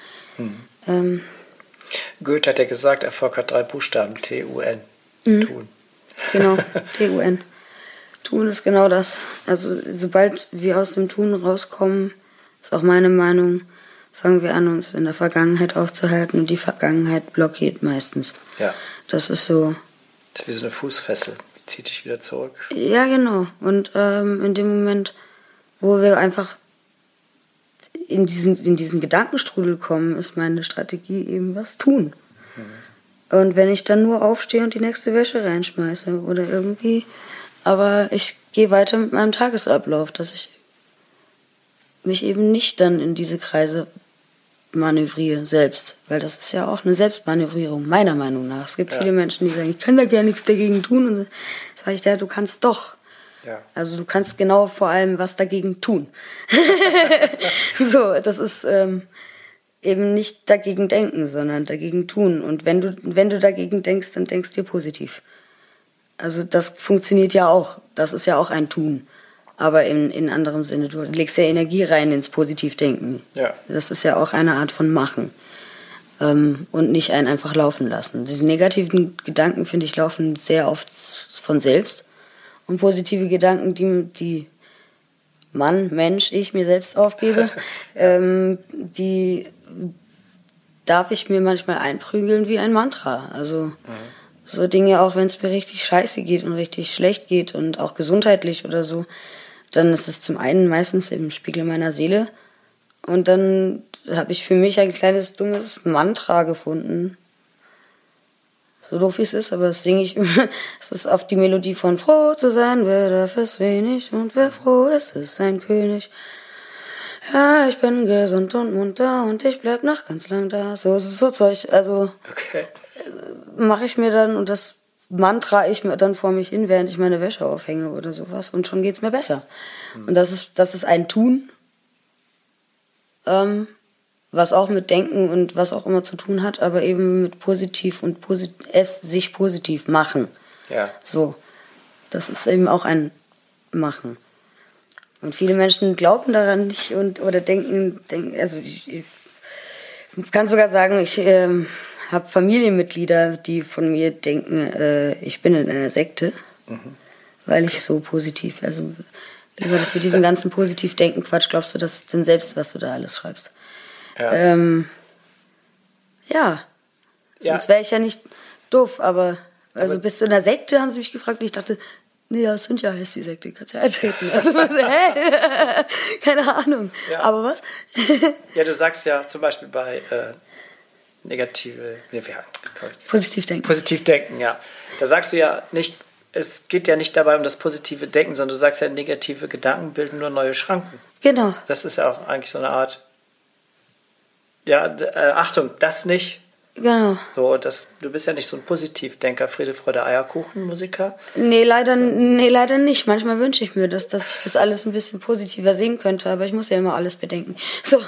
Goethe hat ja gesagt, Erfolg hat 3 Buchstaben, T-U-N. Tun. Genau, T-U-N. Tun ist genau das. Also sobald wir aus dem Tun rauskommen, ist auch meine Meinung, fangen wir an, uns in der Vergangenheit aufzuhalten und die Vergangenheit blockiert meistens. Ja. Das ist so. Das ist wie so eine Fußfessel, die zieht dich wieder zurück. Ja, genau. Und in dem Moment, wo wir einfach in diesen Gedankenstrudel kommen, ist meine Strategie eben was tun. Und wenn ich dann nur aufstehe und die nächste Wäsche reinschmeiße oder irgendwie, aber ich gehe weiter mit meinem Tagesablauf, dass ich mich eben nicht dann in diese Kreise manövriere selbst, weil das ist ja auch eine Selbstmanövrierung, meiner Meinung nach. Es gibt viele Menschen, die sagen, ich kann da gar nichts dagegen tun, und dann sage ich, ja, du kannst doch. Ja. Also du kannst genau vor allem was dagegen tun. So, das ist eben nicht dagegen denken, sondern dagegen tun. Und wenn du dagegen denkst, dann denkst du dir positiv. Also das funktioniert ja auch. Das ist ja auch ein Tun. Aber in anderem Sinne. Du legst ja Energie rein ins Positivdenken. Ja. Das ist ja auch eine Art von Machen. Und nicht einen einfach laufen lassen. Diese negativen Gedanken, finde ich, laufen sehr oft von selbst. Und positive Gedanken, die ich mir selbst aufgebe, die darf ich mir manchmal einprügeln wie ein Mantra. Also so Dinge, auch wenn es mir richtig scheiße geht und richtig schlecht geht und auch gesundheitlich oder so, dann ist es zum einen meistens im Spiegel meiner Seele. Und dann habe ich für mich ein kleines, dummes Mantra gefunden. So doof wie es ist, aber das singe ich immer. Es ist auf die Melodie von Froh zu sein, wer darf es wenig und wer froh ist, ist sein König. Ja, ich bin gesund und munter und ich bleib noch ganz lang da. So Zeug, also mache ich mir dann, und das Mantra ich mir dann vor mich hin, während ich meine Wäsche aufhänge oder sowas, und schon geht's mir besser. Und das ist ein Tun, was auch mit Denken und was auch immer zu tun hat, aber eben mit positiv und sich positiv machen. Ja. So, das ist eben auch ein Machen. Und viele Menschen glauben daran nicht oder denken, also ich kann sogar sagen, ich habe Familienmitglieder, die von mir denken, ich bin in einer Sekte, weil ich so positiv, also über das mit diesem ganzen Positiv-Denken-Quatsch, glaubst du das denn selbst, was du da alles schreibst? Ja. Sonst wäre ich ja nicht doof, aber bist du in der Sekte, haben sie mich gefragt, und ich dachte, nee, ja, Cynthia heißt die Sekte, kannst ja eintreten. Also, hä? Keine Ahnung. Ja. Aber was? Ja, du sagst ja zum Beispiel bei Positivdenken, ja. Da sagst du ja nicht, es geht ja nicht dabei um das positive Denken, sondern du sagst ja, negative Gedanken bilden nur neue Schranken. Genau. Das ist ja auch eigentlich so eine Art, ja, Achtung, das nicht. Genau. So, du bist ja nicht so ein Positivdenker, Friede, Freude, Eierkuchen-Musiker. Nee, leider nicht. Manchmal wünsche ich mir, dass ich das alles ein bisschen positiver sehen könnte, aber ich muss ja immer alles bedenken. So.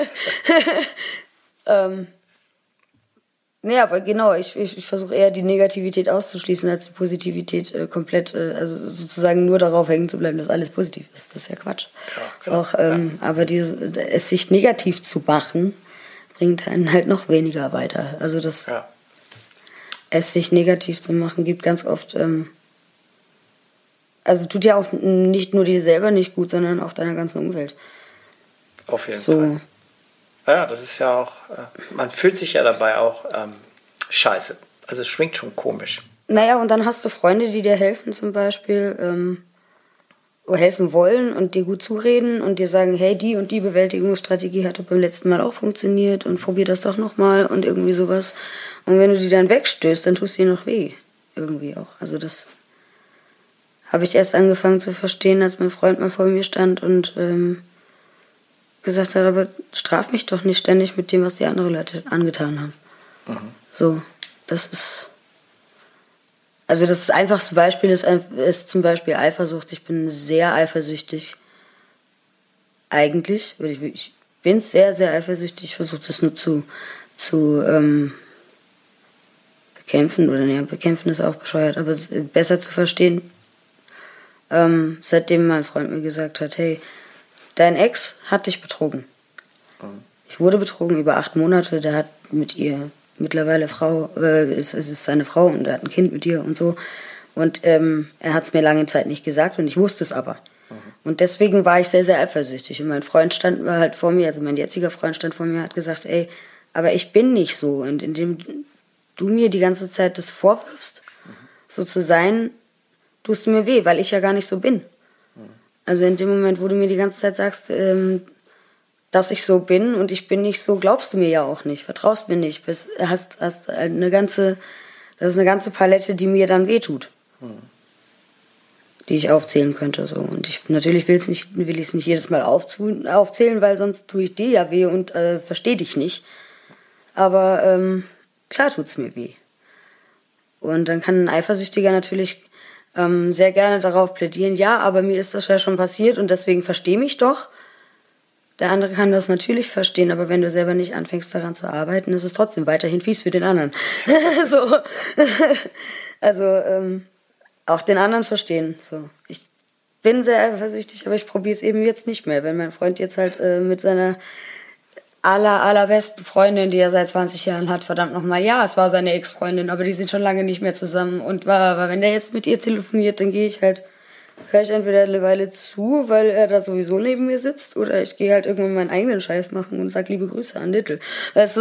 Nee, aber genau, ich versuche eher die Negativität auszuschließen, als die Positivität komplett, also sozusagen nur darauf hängen zu bleiben, dass alles positiv ist. Das ist ja Quatsch. Ja, genau. Auch, aber es sich negativ zu machen, bringt einen halt noch weniger weiter. Also es sich negativ zu machen, gibt ganz oft, also tut ja auch nicht nur dir selber nicht gut, sondern auch deiner ganzen Umwelt. Auf jeden Fall. Ja, das ist ja auch, man fühlt sich ja dabei auch scheiße. Also es schwingt schon komisch. Naja, und dann hast du Freunde, die dir helfen zum Beispiel, helfen wollen und dir gut zureden und dir sagen, hey, die und die Bewältigungsstrategie hat doch beim letzten Mal auch funktioniert und probier das doch nochmal und irgendwie sowas. Und wenn du die dann wegstößt, dann tust du dir noch weh. Irgendwie auch. Also das habe ich erst angefangen zu verstehen, als mein Freund mal vor mir stand und gesagt hat, aber straf mich doch nicht ständig mit dem, was die anderen Leute angetan haben. So, das ist Also das einfachste Beispiel ist zum Beispiel Eifersucht. Ich bin sehr eifersüchtig. Eigentlich. Ich bin sehr, sehr eifersüchtig. Ich versuche das nur zu bekämpfen. Oder nee, bekämpfen ist auch bescheuert, aber besser zu verstehen. Seitdem mein Freund mir gesagt hat, hey, dein Ex hat dich betrogen. Ich wurde betrogen über 8 Monate. Der hat mit ihr mittlerweile es ist seine Frau und er hat ein Kind mit ihr und so. Und er hat es mir lange Zeit nicht gesagt und ich wusste es aber. Und deswegen war ich sehr, sehr eifersüchtig. Und mein Freund stand halt vor mir, also mein jetziger Freund stand vor mir, hat gesagt, ey, aber ich bin nicht so. Und indem du mir die ganze Zeit das vorwirfst, so zu sein, tust du mir weh, weil ich ja gar nicht so bin. Also in dem Moment, wo du mir die ganze Zeit sagst, dass ich so bin und ich bin nicht so, glaubst du mir ja auch nicht, vertraust mir nicht. Hast eine ganze Palette, die mir dann wehtut. Die ich aufzählen könnte. So. Und natürlich will ich es nicht jedes Mal aufzählen, weil sonst tue ich dir ja weh und verstehe dich nicht. Aber klar tut's mir weh. Und dann kann ein Eifersüchtiger natürlich sehr gerne darauf plädieren, ja, aber mir ist das ja schon passiert und deswegen versteh mich doch. Der andere kann das natürlich verstehen, aber wenn du selber nicht anfängst daran zu arbeiten, ist es trotzdem weiterhin fies für den anderen. So. Also auch den anderen verstehen. So. Ich bin sehr eifersüchtig, aber ich probiere es eben jetzt nicht mehr. Wenn mein Freund jetzt halt mit seiner allerbesten Freundin, die er seit 20 Jahren hat, verdammt nochmal, ja, es war seine Ex-Freundin, aber die sind schon lange nicht mehr zusammen. Und wenn der jetzt mit ihr telefoniert, dann höre ich entweder eine Weile zu, weil er da sowieso neben mir sitzt, oder ich gehe halt irgendwann meinen eigenen Scheiß machen und sag liebe Grüße an Little. Weißt du,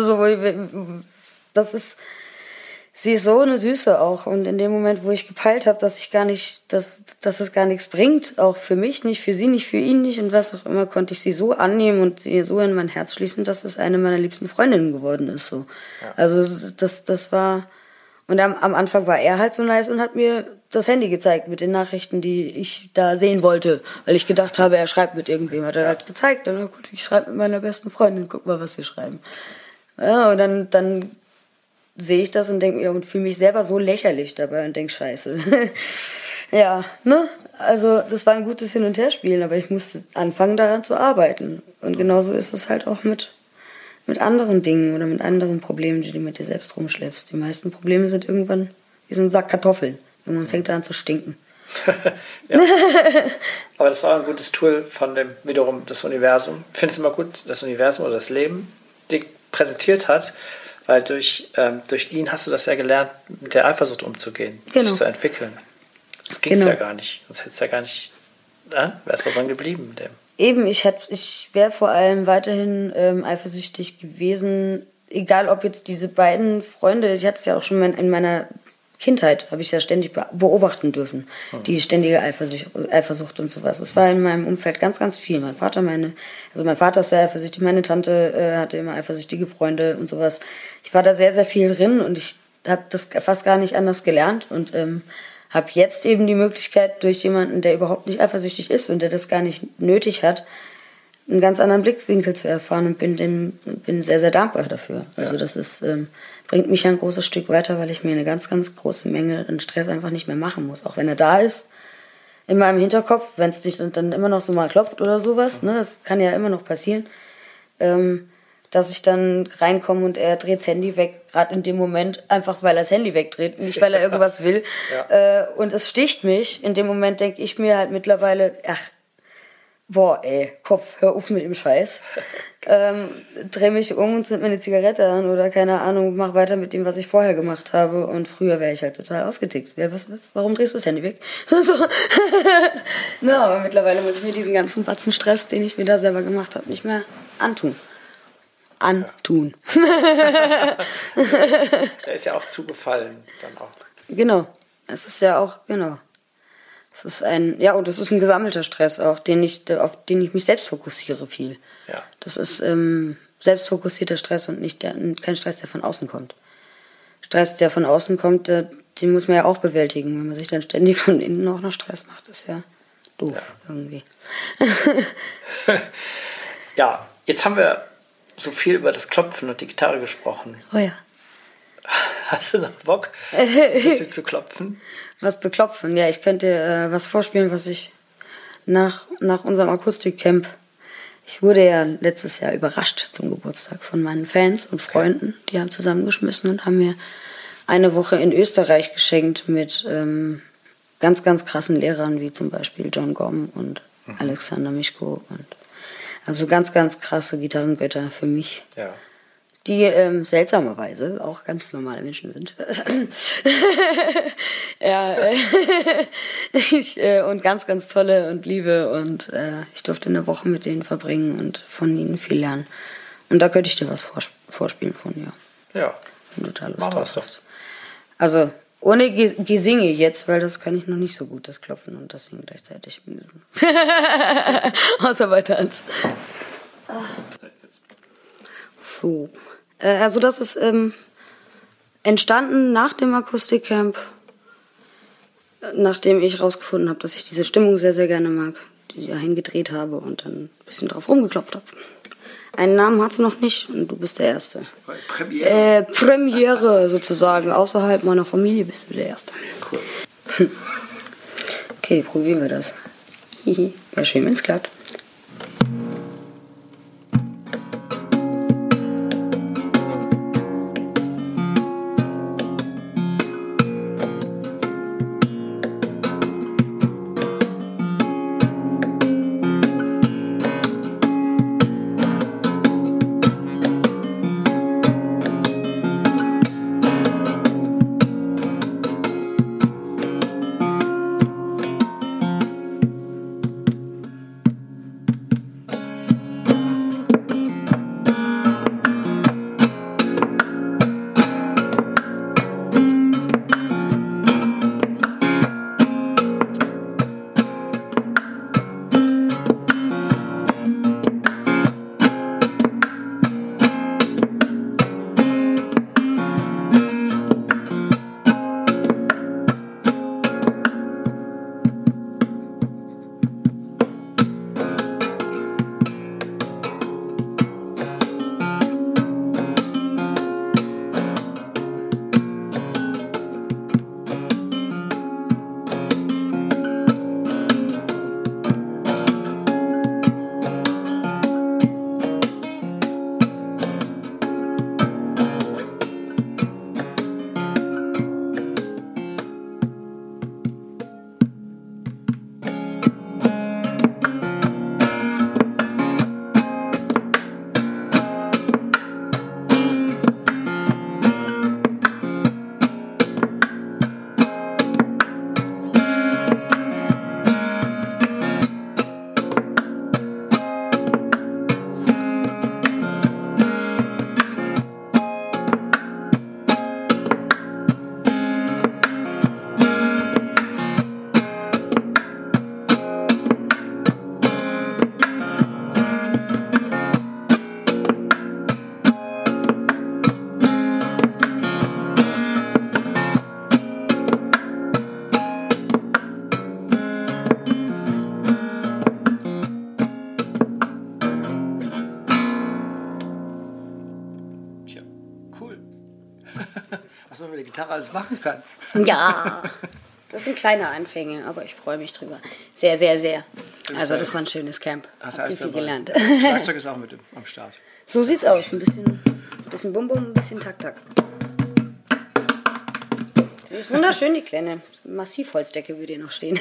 sie ist so eine Süße auch. Und in dem Moment, wo ich gepeilt habe, dass es gar nichts bringt, auch für mich nicht, für sie nicht, für ihn nicht und was auch immer, konnte ich sie so annehmen und sie so in mein Herz schließen, dass es eine meiner liebsten Freundinnen geworden ist. So. Ja. Also das war... Und am Anfang war er halt so nice und hat mir das Handy gezeigt mit den Nachrichten, die ich da sehen wollte. Weil ich gedacht habe, er schreibt mit irgendwem. Hat er halt gezeigt. Dann, gut, ich schreibe mit meiner besten Freundin. Guck mal, was wir schreiben. Ja, und dann sehe ich das und denke mir und fühle mich selber so lächerlich dabei und denke, scheiße. Ja, ne? Also das war ein gutes Hin- und Herspielen, aber ich musste anfangen, daran zu arbeiten. Und genauso ist es halt auch mit anderen Dingen oder mit anderen Problemen, die du mit dir selbst rumschleppst. Die meisten Probleme sind irgendwann wie so ein Sack Kartoffeln. Irgendwann fängt er an zu stinken. Ja. Aber das war ein gutes Tool von wiederum das Universum. Ich finde es immer gut, das Universum oder das Leben dich präsentiert hat, weil durch ihn hast du das ja gelernt, mit der Eifersucht umzugehen, dich zu entwickeln. Das ging es ja gar nicht. Sonst hättest du ja gar nicht, wärst du dran geblieben mit dem. Eben, ich wäre vor allem weiterhin eifersüchtig gewesen, egal ob jetzt diese beiden Freunde, ich hatte es ja auch schon in meiner Kindheit, habe ich ja ständig beobachten dürfen, die ständige Eifersucht und sowas. Es war in meinem Umfeld ganz, ganz viel. Mein Vater ist sehr eifersüchtig, meine Tante hatte immer eifersüchtige Freunde und sowas. Ich war da sehr, sehr viel drin und ich habe das fast gar nicht anders gelernt und habe jetzt eben die Möglichkeit, durch jemanden, der überhaupt nicht eifersüchtig ist und der das gar nicht nötig hat, einen ganz anderen Blickwinkel zu erfahren und bin sehr, sehr dankbar dafür. Ja. Also das bringt mich ein großes Stück weiter, weil ich mir eine ganz, ganz große Menge an Stress einfach nicht mehr machen muss. Auch wenn er da ist, in meinem Hinterkopf, wenn es dich dann immer noch so mal klopft oder sowas, ne, das kann ja immer noch passieren, dass ich dann reinkomme und er dreht das Handy weg, gerade in dem Moment, einfach weil er das Handy wegdreht, nicht weil er irgendwas will. Ja. Und es sticht mich. In dem Moment denke ich mir halt mittlerweile, boah, ey, Kopf, hör auf mit dem Scheiß. Dreh mich um und zünd mir eine Zigarette an oder keine Ahnung, mach weiter mit dem, was ich vorher gemacht habe. Und früher wäre ich halt total ausgetickt. Warum drehst du das Handy weg? So. No, aber mittlerweile muss ich mir diesen ganzen Batzen Stress, den ich mir da selber gemacht habe, nicht mehr antun. Der ist ja auch zugefallen dann auch. Genau. Es ist ja auch, genau. Es ist und das ist ein gesammelter Stress auch, auf den ich mich selbst fokussiere viel. Ja. Das ist selbstfokussierter Stress und kein Stress, der von außen kommt. Stress, der von außen kommt, den muss man ja auch bewältigen. Wenn man sich dann ständig von innen auch noch Stress macht, ist ja doof irgendwie. Ja, jetzt haben wir so viel über das Klopfen und die Gitarre gesprochen. Oh ja. Hast du noch Bock, ein bisschen zu klopfen? Was zu klopfen? Ja, ich könnte was vorspielen, was ich nach unserem Akustikcamp. Ich wurde ja letztes Jahr überrascht zum Geburtstag von meinen Fans und Freunden. Die haben zusammengeschmissen und haben mir eine Woche in Österreich geschenkt mit ganz, ganz krassen Lehrern, wie zum Beispiel John Gomm und Alexander Mischko. Also ganz, ganz krasse Gitarrengötter für mich. Ja. Die seltsamerweise auch ganz normale Menschen sind. Ja, und ganz, ganz tolle und liebe. Und ich durfte eine Woche mit denen verbringen und von ihnen viel lernen. Und da könnte ich dir was vorspielen von, ja. Ja. Wenn du da Lust Machen drauf wir's hast. Also ohne Gesinge jetzt, weil das kann ich noch nicht so gut, das Klopfen und das Singen gleichzeitig. Außer bei Tanz. So. Also das ist entstanden nach dem Akustikcamp, nachdem ich rausgefunden habe, dass ich diese Stimmung sehr, sehr gerne mag, die ich dahin gedreht habe und dann ein bisschen drauf rumgeklopft habe. Einen Namen hat sie noch nicht und du bist der Erste. Premiere. Premiere sozusagen. Außerhalb meiner Familie bist du der Erste. Cool. Okay, probieren wir das. Wäre schön, wenn es klappt. Was man mit der Gitarre alles machen kann. Ja, das sind kleine Anfänge, aber ich freue mich drüber. Sehr, sehr, sehr. Also das war ein schönes Camp. Hast Hab viel gelernt. Schlagzeug ist auch mit am Start. So sieht's aus. Ein bisschen Bum-Bum, ein bisschen Tak-Tak. Sie ist wunderschön, die kleine Massivholzdecke würde hier noch stehen.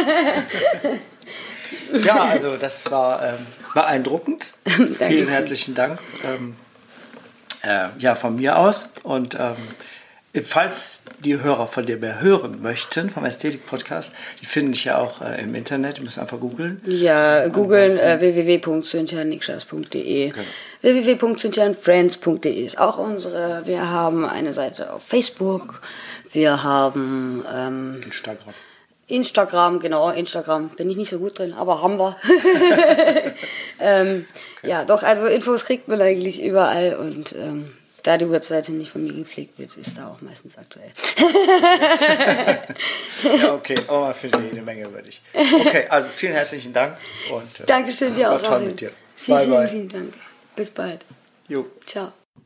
Ja, also das war beeindruckend. Vielen herzlichen Dank. Ja, von mir aus. Und falls die Hörer von dir mehr hören möchten, vom Ästhetik-Podcast, die finde ich ja auch im Internet. Die müssen einfach googeln. Ja, googeln www.cynthianikschas.de. Genau. www.cynthianfriends.de ist auch unsere. Wir haben eine Seite auf Facebook. Wir haben Instagram, genau, Instagram bin ich nicht so gut drin, aber haben wir. Okay. Ja, doch, also Infos kriegt man eigentlich überall und da die Webseite nicht von mir gepflegt wird, ist da auch meistens aktuell. Ja, okay, aber man findet jede Menge über dich. Okay, also vielen herzlichen Dank und Dankeschön dir auch. war toll mit dir. Vielen, Bye, bye. vielen Dank. Bis bald. Jo. Ciao.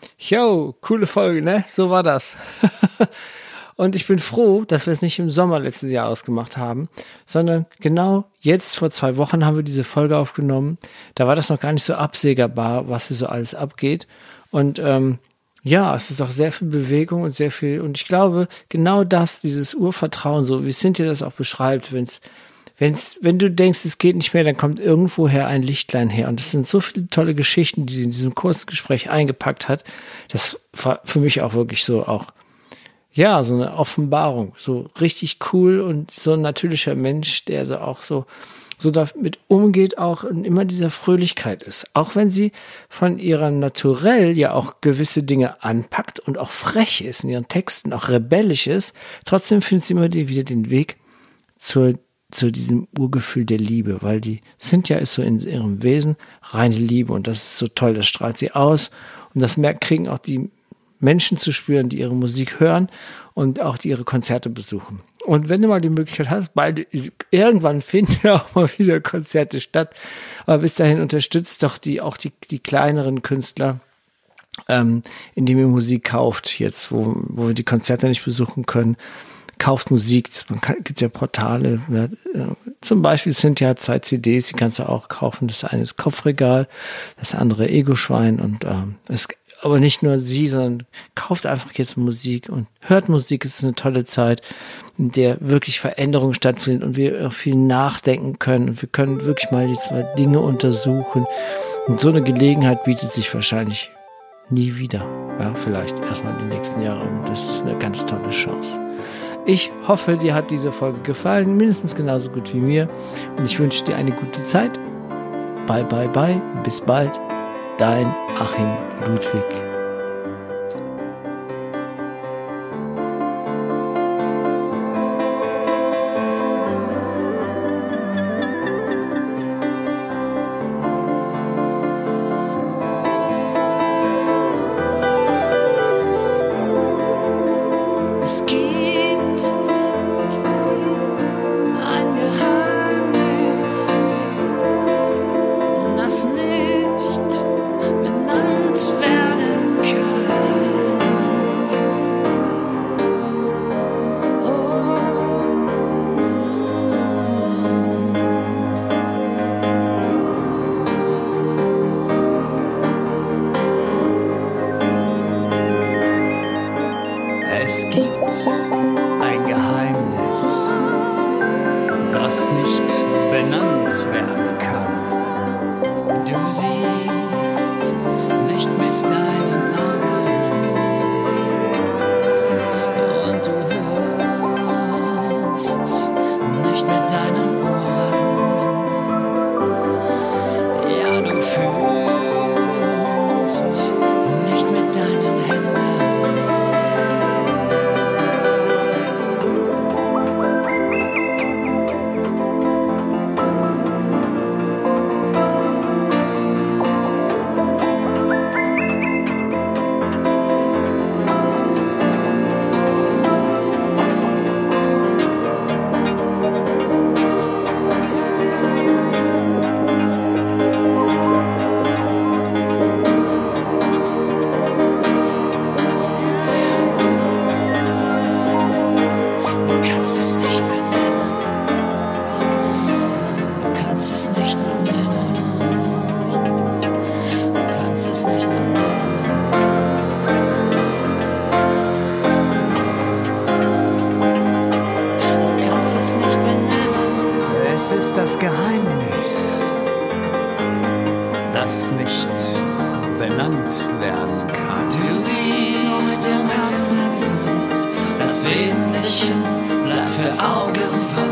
yo, coole Folge, ne? So war das. Und ich bin froh, dass wir es nicht im Sommer letzten Jahres gemacht haben, sondern genau jetzt vor 2 Wochen haben wir diese Folge aufgenommen. Da war das noch gar nicht so absehbar, was hier so alles abgeht. Und es ist auch sehr viel Bewegung und sehr viel, und ich glaube, genau das, dieses Urvertrauen, so wie Cynthia das auch beschreibt, wenn du denkst, es geht nicht mehr, dann kommt irgendwoher ein Lichtlein her. Und das sind so viele tolle Geschichten, die sie in diesem kurzen Gespräch eingepackt hat. Das war für mich auch wirklich so auch, ja, so eine Offenbarung. So richtig cool und so ein natürlicher Mensch, der so auch so damit umgeht, auch in immer dieser Fröhlichkeit ist. Auch wenn sie von ihrer Naturell ja auch gewisse Dinge anpackt und auch frech ist in ihren Texten, auch rebellisch ist, trotzdem findet sie immer wieder den Weg zu diesem Urgefühl der Liebe, weil die Cynthia ist so in ihrem Wesen reine Liebe und das ist so toll, das strahlt sie aus und das kriegen auch die Menschen zu spüren, die ihre Musik hören und auch die ihre Konzerte besuchen. Und wenn du mal die Möglichkeit hast, irgendwann finden ja auch mal wieder Konzerte statt, aber bis dahin unterstützt doch die kleineren Künstler, indem ihr Musik kauft, jetzt wo wir die Konzerte nicht besuchen können. Kauft Musik, gibt ja Portale, ja, zum Beispiel Cynthia hat 2 CDs, die kannst du auch kaufen, das eine ist Kopfregal, das andere Ego-Schwein und aber nicht nur sie, sondern kauft einfach jetzt Musik und hört Musik, es ist eine tolle Zeit, in der wirklich Veränderungen stattfinden und wir auch viel nachdenken können und wir können wirklich mal die 2 Dinge untersuchen und so eine Gelegenheit bietet sich wahrscheinlich nie wieder, ja, vielleicht erstmal die nächsten Jahre und das ist eine ganz tolle Chance. Ich hoffe, dir hat diese Folge gefallen, mindestens genauso gut wie mir. Und ich wünsche dir eine gute Zeit. Bye, bye, bye. Bis bald. Dein Achim Ludwig. Es gibt ein Geheimnis, das nicht benannt werden kann. Es gibt ein Geheimnis, das nicht benannt werden kann. Du siehst nicht mit deinen Augen und du hörst nicht mit deinen Ohren. Ja, du fühlst nicht mit deinen Händen. Es ist das Geheimnis, das nicht benannt werden kann. Du siehst im Herzen, das Wesentliche bleibt für Augen verborgen.